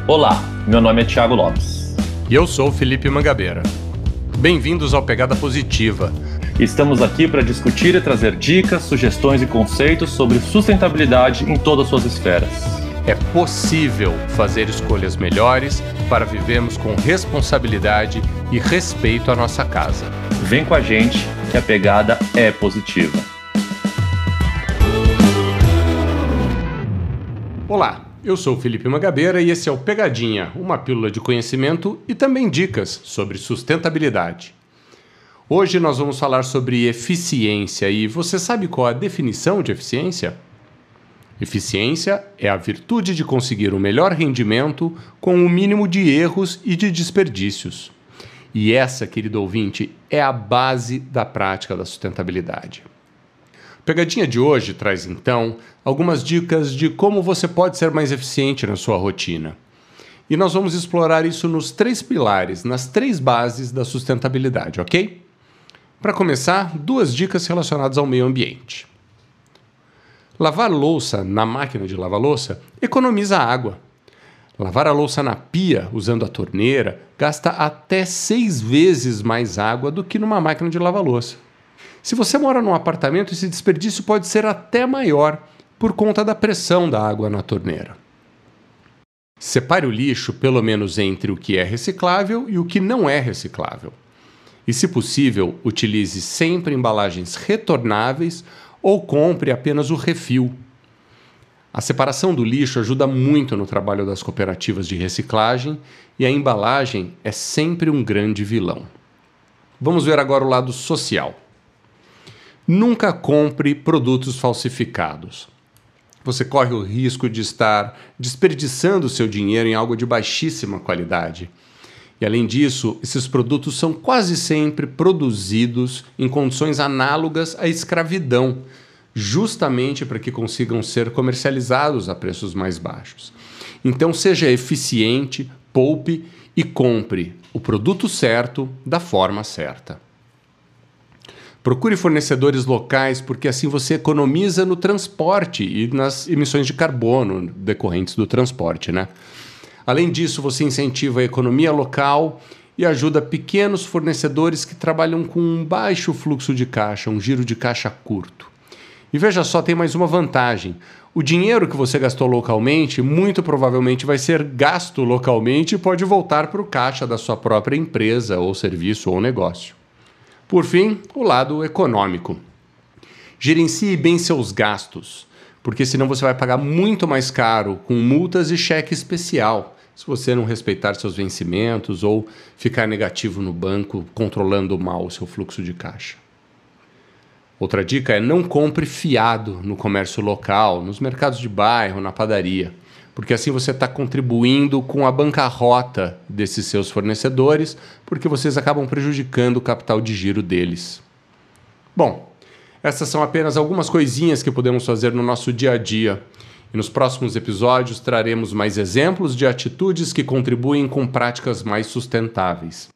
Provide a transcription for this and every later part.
Olá, meu nome é Thiago Lopes. E eu sou o Felipe Mangabeira. Bem-vindos ao Pegada Positiva. Estamos aqui para discutir e trazer dicas, sugestões e conceitos sobre sustentabilidade em todas as suas esferas. É possível fazer escolhas melhores para vivermos com responsabilidade e respeito à nossa casa. Vem com a gente que a pegada é positiva. Olá, eu sou o Felipe Mangabeira e esse é o Pegadinha, uma pílula de conhecimento e também dicas sobre sustentabilidade. Hoje nós vamos falar sobre eficiência e você sabe qual a definição de eficiência? Eficiência é a virtude de conseguir o melhor rendimento com o mínimo de erros e de desperdícios. E essa, querido ouvinte, é a base da prática da sustentabilidade. A pegadinha de hoje traz, então, algumas dicas de como você pode ser mais eficiente na sua rotina. E nós vamos explorar isso nos 3 pilares, nas 3 bases da sustentabilidade, ok? Para começar, 2 dicas relacionadas ao meio ambiente. Lavar louça na máquina de lavar louça economiza água. Lavar a louça na pia, usando a torneira, gasta até 6 vezes mais água do que numa máquina de lavar louça. Se você mora num apartamento, esse desperdício pode ser até maior por conta da pressão da água na torneira. Separe o lixo pelo menos entre o que é reciclável e o que não é reciclável. E, se possível, utilize sempre embalagens retornáveis ou compre apenas o refil. A separação do lixo ajuda muito no trabalho das cooperativas de reciclagem e a embalagem é sempre um grande vilão. Vamos ver agora o lado social. Nunca compre produtos falsificados. Você corre o risco de estar desperdiçando seu dinheiro em algo de baixíssima qualidade. E, além disso, esses produtos são quase sempre produzidos em condições análogas à escravidão, justamente para que consigam ser comercializados a preços mais baixos. Então, seja eficiente, poupe e compre o produto certo da forma certa. Procure fornecedores locais, porque assim você economiza no transporte e nas emissões de carbono decorrentes do transporte, né? Além disso, você incentiva a economia local e ajuda pequenos fornecedores que trabalham com um baixo fluxo de caixa, um giro de caixa curto. E veja só, tem mais uma vantagem. O dinheiro que você gastou localmente, muito provavelmente vai ser gasto localmente e pode voltar para o caixa da sua própria empresa, ou serviço, ou negócio. Por fim, o lado econômico. Gerencie bem seus gastos, porque senão você vai pagar muito mais caro com multas e cheque especial, se você não respeitar seus vencimentos ou ficar negativo no banco, controlando mal o seu fluxo de caixa. Outra dica é não compre fiado no comércio local, nos mercados de bairro, na padaria, porque assim você está contribuindo com a bancarrota desses seus fornecedores, porque vocês acabam prejudicando o capital de giro deles. Bom, essas são apenas algumas coisinhas que podemos fazer no nosso dia a dia. E nos próximos episódios traremos mais exemplos de atitudes que contribuem com práticas mais sustentáveis.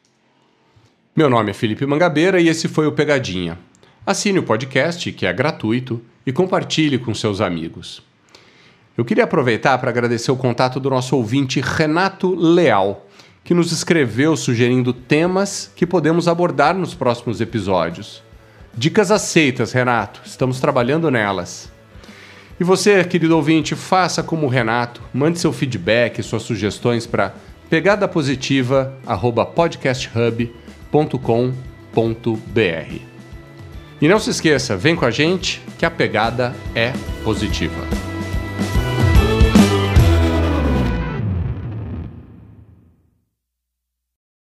Meu nome é Felipe Mangabeira e esse foi o Pegadinha. Assine o podcast, que é gratuito, e compartilhe com seus amigos. Eu queria aproveitar para agradecer o contato do nosso ouvinte Renato Leal, que nos escreveu sugerindo temas que podemos abordar nos próximos episódios. Dicas aceitas, Renato. Estamos trabalhando nelas. E você, querido ouvinte, faça como o Renato. Mande seu feedback e suas sugestões para pegadapositiva@podcasthub.com.br. E não se esqueça, vem com a gente que a pegada é positiva.